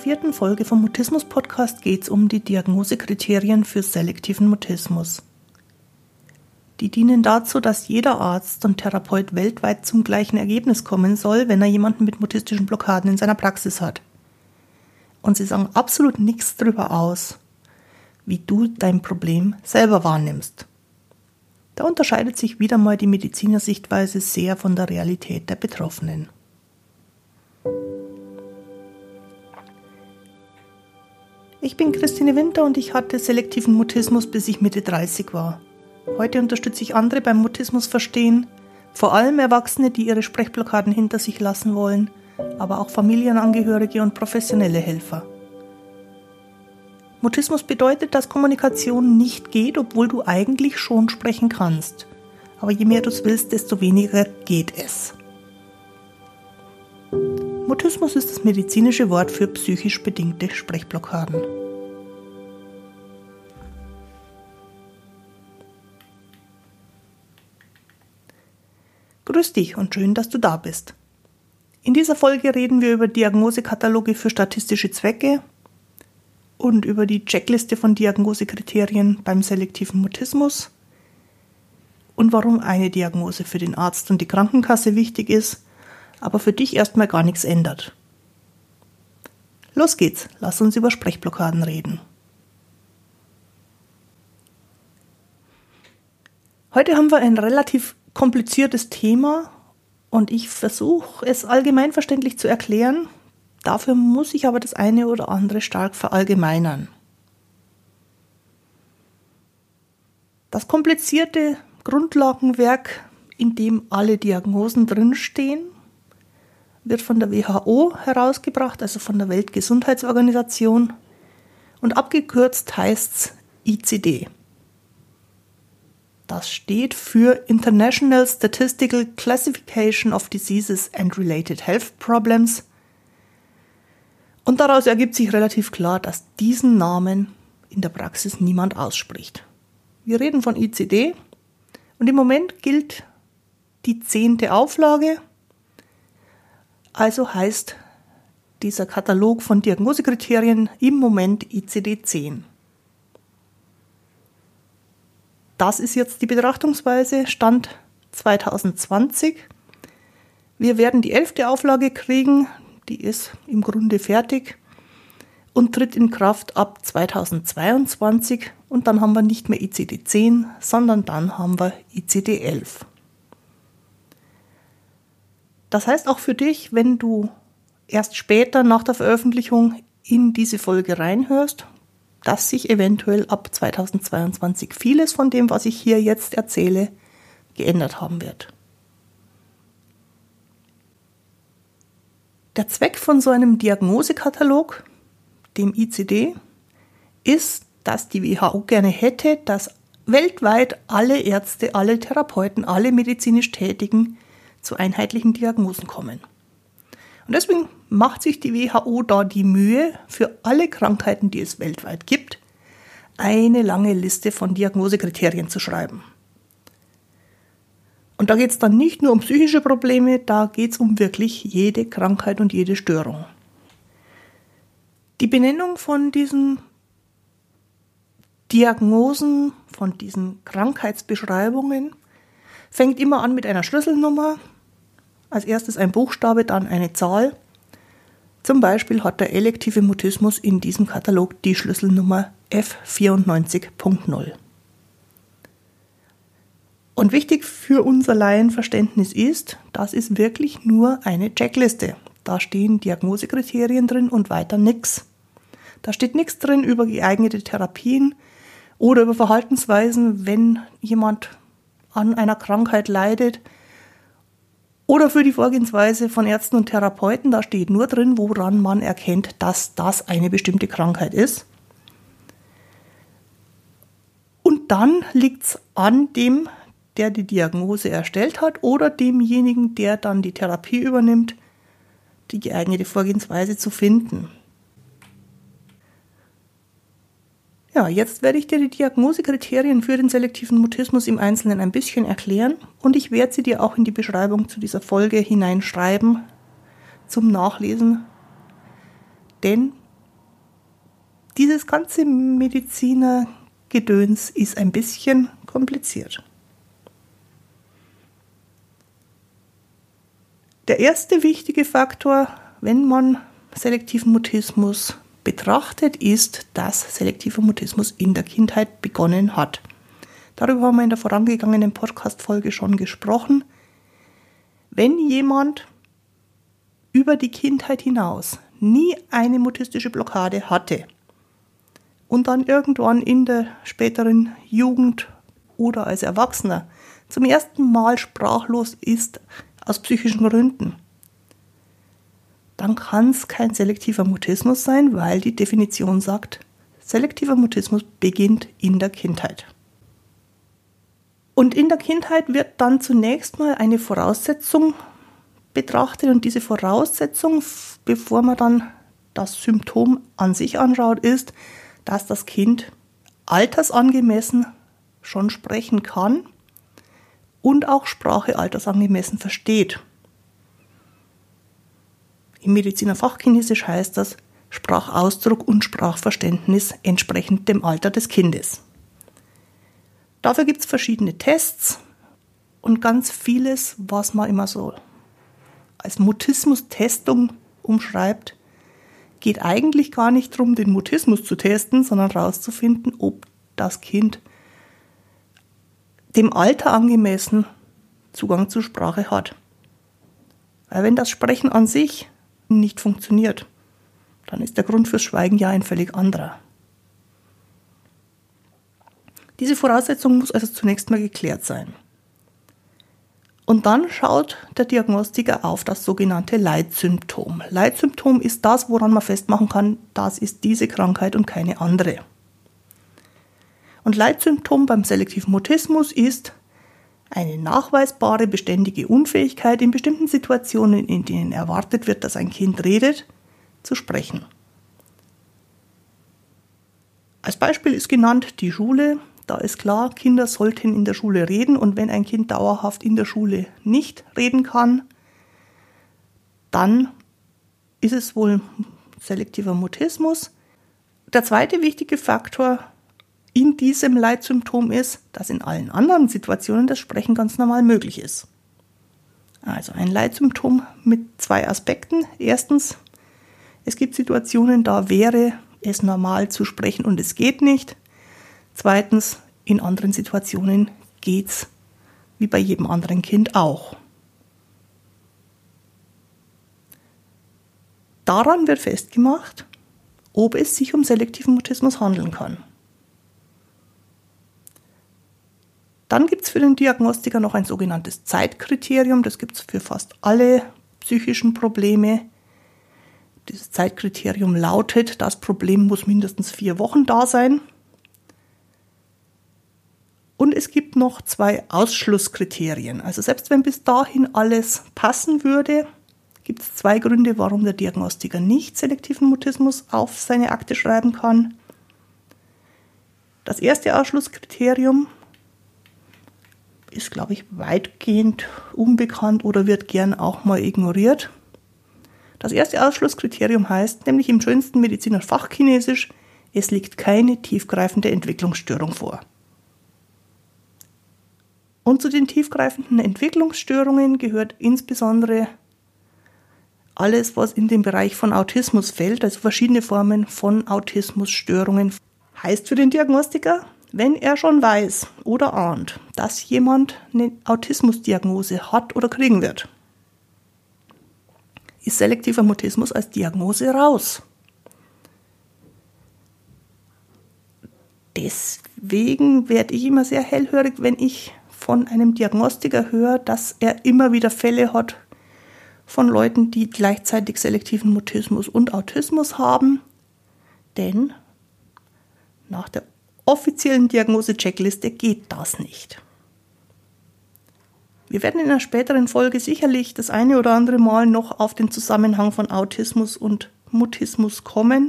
4. Folge vom Mutismus-Podcast geht es um die Diagnosekriterien für selektiven Mutismus. Die dienen dazu, dass jeder Arzt und Therapeut weltweit zum gleichen Ergebnis kommen soll, wenn er jemanden mit mutistischen Blockaden in seiner Praxis hat. Und sie sagen absolut nichts darüber aus, wie du dein Problem selber wahrnimmst. Da unterscheidet sich wieder mal die Medizinersichtweise sehr von der Realität der Betroffenen. Ich bin Christine Winter und ich hatte selektiven Mutismus, bis ich Mitte 30 war. Heute unterstütze ich andere beim Mutismus verstehen, vor allem Erwachsene, die ihre Sprechblockaden hinter sich lassen wollen, aber auch Familienangehörige und professionelle Helfer. Mutismus bedeutet, dass Kommunikation nicht geht, obwohl du eigentlich schon sprechen kannst. Aber je mehr du es willst, desto weniger geht es. Mutismus ist das medizinische Wort für psychisch bedingte Sprechblockaden. Grüß dich und schön, dass du da bist. In dieser Folge reden wir über Diagnosekataloge für statistische Zwecke und über die Checkliste von Diagnosekriterien beim selektiven Mutismus und warum eine Diagnose für den Arzt und die Krankenkasse wichtig ist, aber für dich erstmal gar nichts ändert. Los geht's, lass uns über Sprechblockaden reden. Heute haben wir ein relativ kompliziertes Thema und ich versuche es allgemeinverständlich zu erklären. Dafür muss ich aber das eine oder andere stark verallgemeinern. Das komplizierte Grundlagenwerk, in dem alle Diagnosen drinstehen, wird von der WHO herausgebracht, also von der Weltgesundheitsorganisation, und abgekürzt heißt es ICD. Das steht für International Statistical Classification of Diseases and Related Health Problems. Und daraus ergibt sich relativ klar, dass diesen Namen in der Praxis niemand ausspricht. Wir reden von ICD und im Moment gilt die 10. Auflage. Also heißt dieser Katalog von Diagnosekriterien im Moment ICD-10. Das ist jetzt die Betrachtungsweise, Stand 2020. Wir werden die 11. Auflage kriegen, die ist im Grunde fertig und tritt in Kraft ab 2022 und dann haben wir nicht mehr ICD-10, sondern dann haben wir ICD-11. Das heißt auch für dich, wenn du erst später nach der Veröffentlichung in diese Folge reinhörst, dass sich eventuell ab 2022 vieles von dem, was ich hier jetzt erzähle, geändert haben wird. Der Zweck von so einem Diagnosekatalog, dem ICD, ist, dass die WHO gerne hätte, dass weltweit alle Ärzte, alle Therapeuten, alle medizinisch Tätigen zu einheitlichen Diagnosen kommen. Und deswegen macht sich die WHO da die Mühe, für alle Krankheiten, die es weltweit gibt, eine lange Liste von Diagnosekriterien zu schreiben. Und da geht es dann nicht nur um psychische Probleme, da geht es um wirklich jede Krankheit und jede Störung. Die Benennung von diesen Diagnosen, von diesen Krankheitsbeschreibungen, fängt immer an mit einer Schlüsselnummer. Als erstes ein Buchstabe, dann eine Zahl. Zum Beispiel hat der elektive Mutismus in diesem Katalog die Schlüsselnummer F94.0. Und wichtig für unser Laienverständnis ist, das ist wirklich nur eine Checkliste. Da stehen Diagnosekriterien drin und weiter nichts. Da steht nichts drin über geeignete Therapien oder über Verhaltensweisen, wenn jemand an einer Krankheit leidet. Oder für die Vorgehensweise von Ärzten und Therapeuten, da steht nur drin, woran man erkennt, dass das eine bestimmte Krankheit ist. Und dann liegt es an dem, der die Diagnose erstellt hat oder demjenigen, der dann die Therapie übernimmt, die geeignete Vorgehensweise zu finden. Ja, jetzt werde ich dir die Diagnosekriterien für den selektiven Mutismus im Einzelnen ein bisschen erklären und ich werde sie dir auch in die Beschreibung zu dieser Folge hineinschreiben zum Nachlesen. Denn Dieses ganze Medizinergedöns ist ein bisschen kompliziert. Der erste wichtige Faktor, wenn man selektiven Mutismus betrachtet, ist, dass selektiver Mutismus in der Kindheit begonnen hat. Darüber haben wir in der vorangegangenen Podcast-Folge schon gesprochen. Wenn jemand über die Kindheit hinaus nie eine mutistische Blockade hatte und dann irgendwann in der späteren Jugend oder als Erwachsener zum ersten Mal sprachlos ist aus psychischen Gründen, dann kann es kein selektiver Mutismus sein, weil die Definition sagt, selektiver Mutismus beginnt in der Kindheit. Und in der Kindheit wird dann zunächst mal eine Voraussetzung betrachtet und diese Voraussetzung, bevor man dann das Symptom an sich anschaut, ist, dass das Kind altersangemessen schon sprechen kann und auch Sprache altersangemessen versteht. Im Mediziner Fachchinesisch heißt das Sprachausdruck und Sprachverständnis entsprechend dem Alter des Kindes. Dafür gibt es verschiedene Tests und ganz vieles, was man immer so als Mutismus-Testung umschreibt, geht eigentlich gar nicht darum, den Mutismus zu testen, sondern herauszufinden, ob das Kind dem Alter angemessen Zugang zur Sprache hat. Weil wenn das Sprechen an sich nicht funktioniert, dann ist der Grund fürs Schweigen ja ein völlig anderer. Diese Voraussetzung muss also zunächst mal geklärt sein. Und dann schaut der Diagnostiker auf das sogenannte Leitsymptom. Leitsymptom ist das, woran man festmachen kann, das ist diese Krankheit und keine andere. Und Leitsymptom beim selektiven Mutismus ist eine nachweisbare, beständige Unfähigkeit, in bestimmten Situationen, in denen erwartet wird, dass ein Kind redet, zu sprechen. Als Beispiel ist genannt die Schule. Da ist klar, Kinder sollten in der Schule reden und wenn ein Kind dauerhaft in der Schule nicht reden kann, dann ist es wohl selektiver Mutismus. Der zweite wichtige Faktor in diesem Leitsymptom ist, dass in allen anderen Situationen das Sprechen ganz normal möglich ist. Also ein Leitsymptom mit zwei Aspekten. Erstens, es gibt Situationen, da wäre es normal zu sprechen und es geht nicht. Zweitens, in anderen Situationen geht's wie bei jedem anderen Kind auch. Daran wird festgemacht, ob es sich um selektiven Mutismus handeln kann. Dann gibt es für den Diagnostiker noch ein sogenanntes Zeitkriterium. Das gibt es für fast alle psychischen Probleme. Dieses Zeitkriterium lautet, das Problem muss mindestens 4 Wochen da sein. Und es gibt noch 2 Ausschlusskriterien. Also selbst wenn bis dahin alles passen würde, gibt es 2 Gründe, warum der Diagnostiker nicht selektiven Mutismus auf seine Akte schreiben kann. Das erste Ausschlusskriterium ist, glaube ich, weitgehend unbekannt oder wird gern auch mal ignoriert. Das erste Ausschlusskriterium heißt, nämlich im schönsten Mediziner Fachchinesisch, es liegt keine tiefgreifende Entwicklungsstörung vor. Und zu den tiefgreifenden Entwicklungsstörungen gehört insbesondere alles, was in den Bereich von Autismus fällt, also verschiedene Formen von Autismusstörungen. Heißt für den Diagnostiker, wenn er schon weiß oder ahnt, dass jemand eine Autismusdiagnose hat oder kriegen wird, ist selektiver Mutismus als Diagnose raus. Deswegen werde ich immer sehr hellhörig, wenn ich von einem Diagnostiker höre, dass er immer wieder Fälle hat von Leuten, die gleichzeitig selektiven Mutismus und Autismus haben, denn nach der offiziellen Diagnose-Checkliste geht das nicht. Wir werden in einer späteren Folge sicherlich das eine oder andere Mal noch auf den Zusammenhang von Autismus und Mutismus kommen.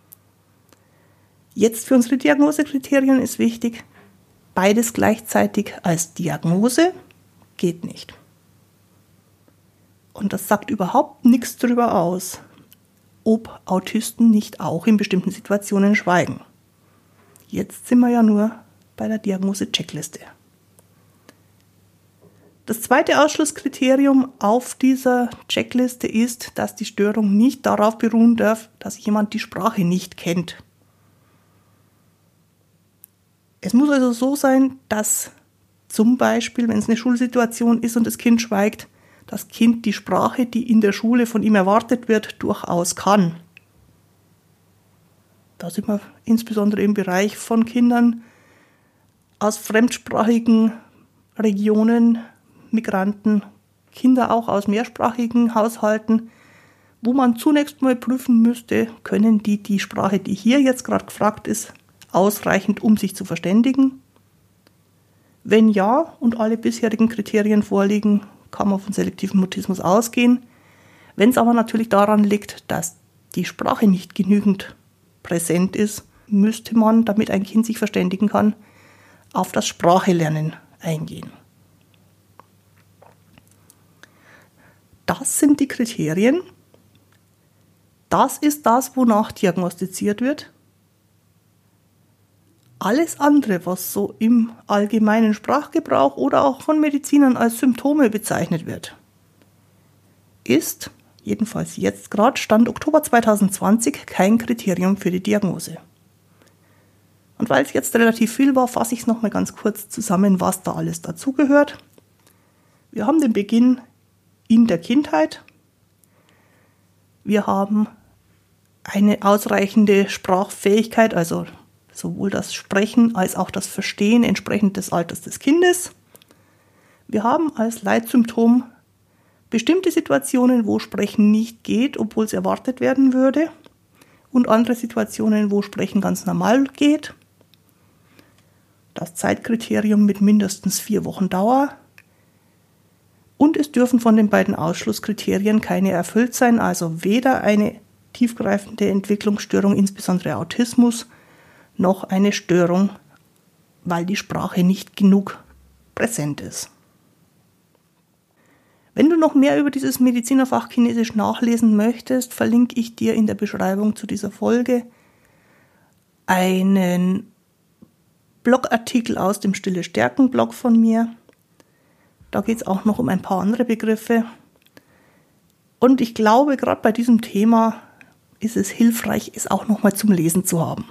Jetzt für unsere Diagnosekriterien ist wichtig, beides gleichzeitig als Diagnose geht nicht. Und das sagt überhaupt nichts darüber aus, ob Autisten nicht auch in bestimmten Situationen schweigen. Jetzt sind wir ja nur bei der Diagnose-Checkliste. Das zweite Ausschlusskriterium auf dieser Checkliste ist, dass die Störung nicht darauf beruhen darf, dass jemand die Sprache nicht kennt. Es muss also so sein, dass zum Beispiel, wenn es eine Schulsituation ist und das Kind schweigt, das Kind die Sprache, die in der Schule von ihm erwartet wird, durchaus kann. Da sind wir insbesondere im Bereich von Kindern aus fremdsprachigen Regionen, Migranten, Kinder auch aus mehrsprachigen Haushalten, wo man zunächst mal prüfen müsste, können die Sprache, die hier jetzt gerade gefragt ist, ausreichend, um sich zu verständigen? Wenn ja und alle bisherigen Kriterien vorliegen, kann man von selektivem Mutismus ausgehen. Wenn es aber natürlich daran liegt, dass die Sprache nicht genügend präsent ist, müsste man, damit ein Kind sich verständigen kann, auf das Sprachelernen eingehen. Das sind die Kriterien. Das ist das, wonach diagnostiziert wird. Alles andere, was so im allgemeinen Sprachgebrauch oder auch von Medizinern als Symptome bezeichnet wird, ist, jedenfalls jetzt gerade, Stand Oktober 2020, kein Kriterium für die Diagnose. Und weil es jetzt relativ viel war, fasse ich es nochmal ganz kurz zusammen, was da alles dazugehört. Wir haben den Beginn in der Kindheit. Wir haben eine ausreichende Sprachfähigkeit, also sowohl das Sprechen als auch das Verstehen entsprechend des Alters des Kindes. Wir haben als Leitsymptom bestimmte Situationen, wo Sprechen nicht geht, obwohl es erwartet werden würde, und andere Situationen, wo Sprechen ganz normal geht. Das Zeitkriterium mit mindestens 4 Wochen Dauer. Und es dürfen von den beiden Ausschlusskriterien keine erfüllt sein, also weder eine tiefgreifende Entwicklungsstörung, insbesondere Autismus, noch eine Störung, weil die Sprache nicht genug präsent ist. Wenn du noch mehr über dieses Medizinerfach Chinesisch nachlesen möchtest, verlinke ich dir in der Beschreibung zu dieser Folge einen Blogartikel aus dem Stille Stärken Blog von mir. Da geht es auch noch um ein paar andere Begriffe. Und ich glaube, gerade bei diesem Thema ist es hilfreich, es auch nochmal zum Lesen zu haben.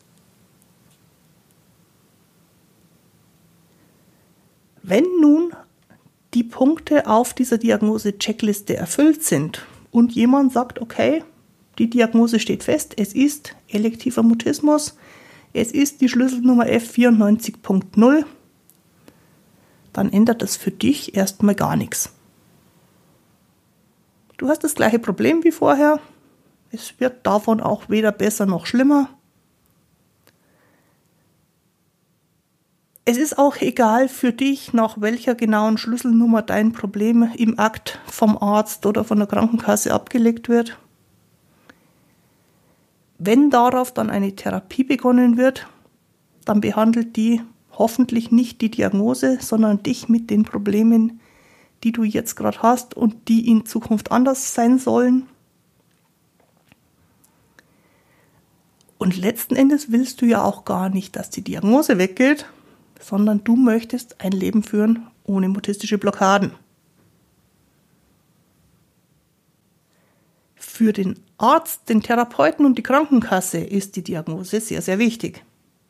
Wenn nun die Punkte auf dieser Diagnose-Checkliste erfüllt sind und jemand sagt, okay, die Diagnose steht fest, es ist elektiver Mutismus, es ist die Schlüsselnummer F94.0, dann ändert das für dich erstmal gar nichts. Du hast das gleiche Problem wie vorher, es wird davon auch weder besser noch schlimmer. Es ist auch egal für dich, nach welcher genauen Schlüsselnummer dein Problem im Akt vom Arzt oder von der Krankenkasse abgelegt wird. Wenn darauf dann eine Therapie begonnen wird, dann behandelt die hoffentlich nicht die Diagnose, sondern dich mit den Problemen, die du jetzt gerade hast und die in Zukunft anders sein sollen. Und letzten Endes willst du ja auch gar nicht, dass die Diagnose weggeht, sondern du möchtest ein Leben führen ohne mutistische Blockaden. Für den Arzt, den Therapeuten und die Krankenkasse ist die Diagnose sehr, sehr wichtig.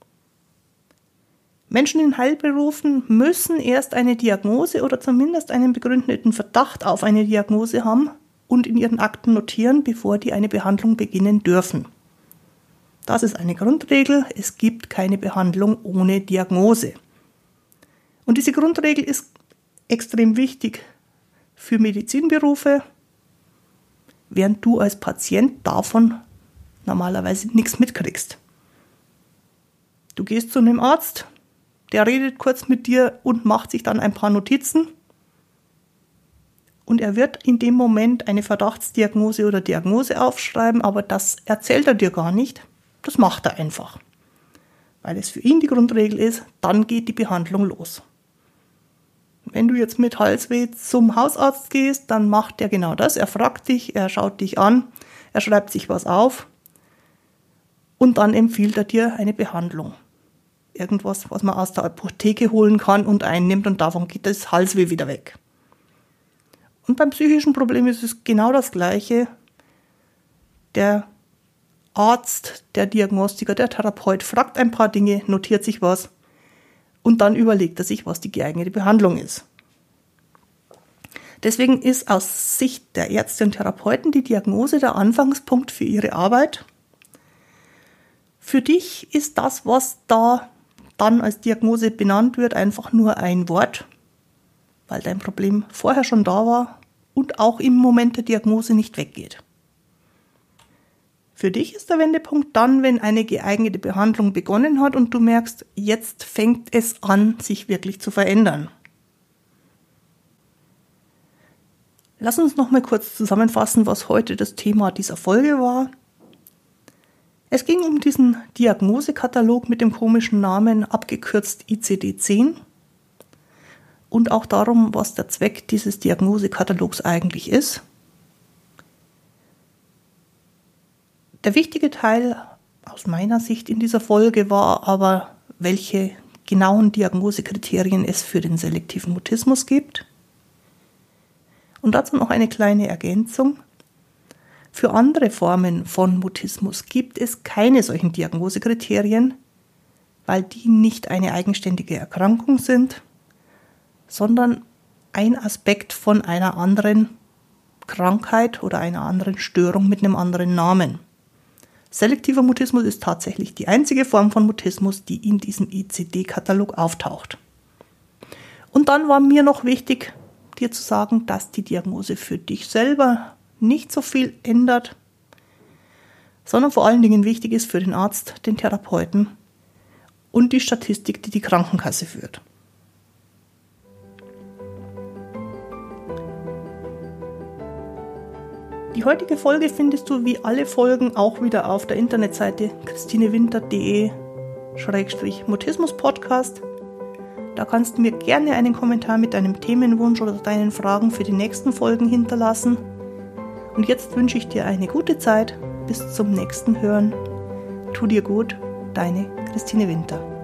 Menschen in Heilberufen müssen erst eine Diagnose oder zumindest einen begründeten Verdacht auf eine Diagnose haben und in ihren Akten notieren, bevor die eine Behandlung beginnen dürfen. Das ist eine Grundregel, es gibt keine Behandlung ohne Diagnose. Und diese Grundregel ist extrem wichtig für Medizinberufe, während du als Patient davon normalerweise nichts mitkriegst. Du gehst zu einem Arzt, der redet kurz mit dir und macht sich dann ein paar Notizen und er wird in dem Moment eine Verdachtsdiagnose oder Diagnose aufschreiben, aber das erzählt er dir gar nicht. Das macht er einfach, weil es für ihn die Grundregel ist, dann geht die Behandlung los. Wenn du jetzt mit Halsweh zum Hausarzt gehst, dann macht er genau das. Er fragt dich, er schaut dich an, Er schreibt sich was auf und dann empfiehlt er dir eine Behandlung. Irgendwas, was man aus der Apotheke holen kann und einnimmt und davon geht das Halsweh wieder weg. Und beim psychischen Problem ist es genau das Gleiche. Der Arzt, der Diagnostiker, der Therapeut fragt ein paar Dinge, notiert sich was und dann überlegt er sich, was die geeignete Behandlung ist. Deswegen ist aus Sicht der Ärzte und Therapeuten die Diagnose der Anfangspunkt für ihre Arbeit. Für dich ist das, was da dann als Diagnose benannt wird, einfach nur ein Wort, weil dein Problem vorher schon da war und auch im Moment der Diagnose nicht weggeht. Für dich ist der Wendepunkt dann, wenn eine geeignete Behandlung begonnen hat und du merkst, jetzt fängt es an, sich wirklich zu verändern. Lass uns noch mal kurz zusammenfassen, was heute das Thema dieser Folge war. Es ging um diesen Diagnosekatalog mit dem komischen Namen, abgekürzt ICD-10, und auch darum, was der Zweck dieses Diagnosekatalogs eigentlich ist. Der wichtige Teil aus meiner Sicht in dieser Folge war aber, welche genauen Diagnosekriterien es für den selektiven Mutismus gibt. Und dazu noch eine kleine Ergänzung. Für andere Formen von Mutismus gibt es keine solchen Diagnosekriterien, weil die nicht eine eigenständige Erkrankung sind, sondern ein Aspekt von einer anderen Krankheit oder einer anderen Störung mit einem anderen Namen. Selektiver Mutismus ist tatsächlich die einzige Form von Mutismus, die in diesem ICD-Katalog auftaucht. Und dann war mir noch wichtig, dir zu sagen, dass die Diagnose für dich selber nicht so viel ändert, sondern vor allen Dingen wichtig ist für den Arzt, den Therapeuten und die Statistik, die die Krankenkasse führt. Die heutige Folge findest du wie alle Folgen auch wieder auf der Internetseite christinewinter.de/Mutismus-Podcast. Da kannst du mir gerne einen Kommentar mit deinem Themenwunsch oder deinen Fragen für die nächsten Folgen hinterlassen. Und jetzt wünsche ich dir eine gute Zeit. Bis zum nächsten Hören. Tu dir gut, deine Christine Winter.